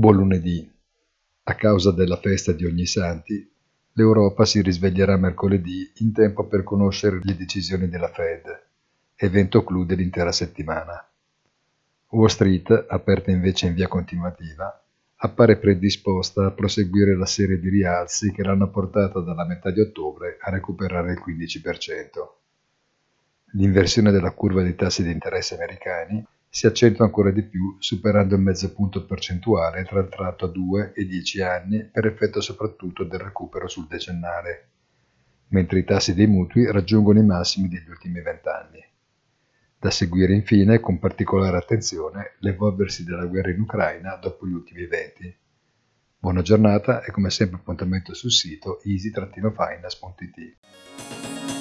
Buon lunedì. A causa della festa di Ognissanti, l'Europa si risveglierà mercoledì in tempo per conoscere le decisioni della Fed, evento clou dell'intera settimana. Wall Street, aperta invece in via continuativa, appare predisposta a proseguire la serie di rialzi che l'hanno portata dalla metà di ottobre a recuperare il 15%. L'inversione della curva dei tassi di interesse americani si accentua ancora di più, superando il mezzo punto percentuale tra il tratto a 2 e 10 anni per effetto soprattutto del recupero sul decennale, mentre i tassi dei mutui raggiungono i massimi degli ultimi 20 anni. Da seguire infine con particolare attenzione l'evolversi della guerra in Ucraina dopo gli ultimi eventi. Buona giornata e come sempre appuntamento sul sito easy-finance.it.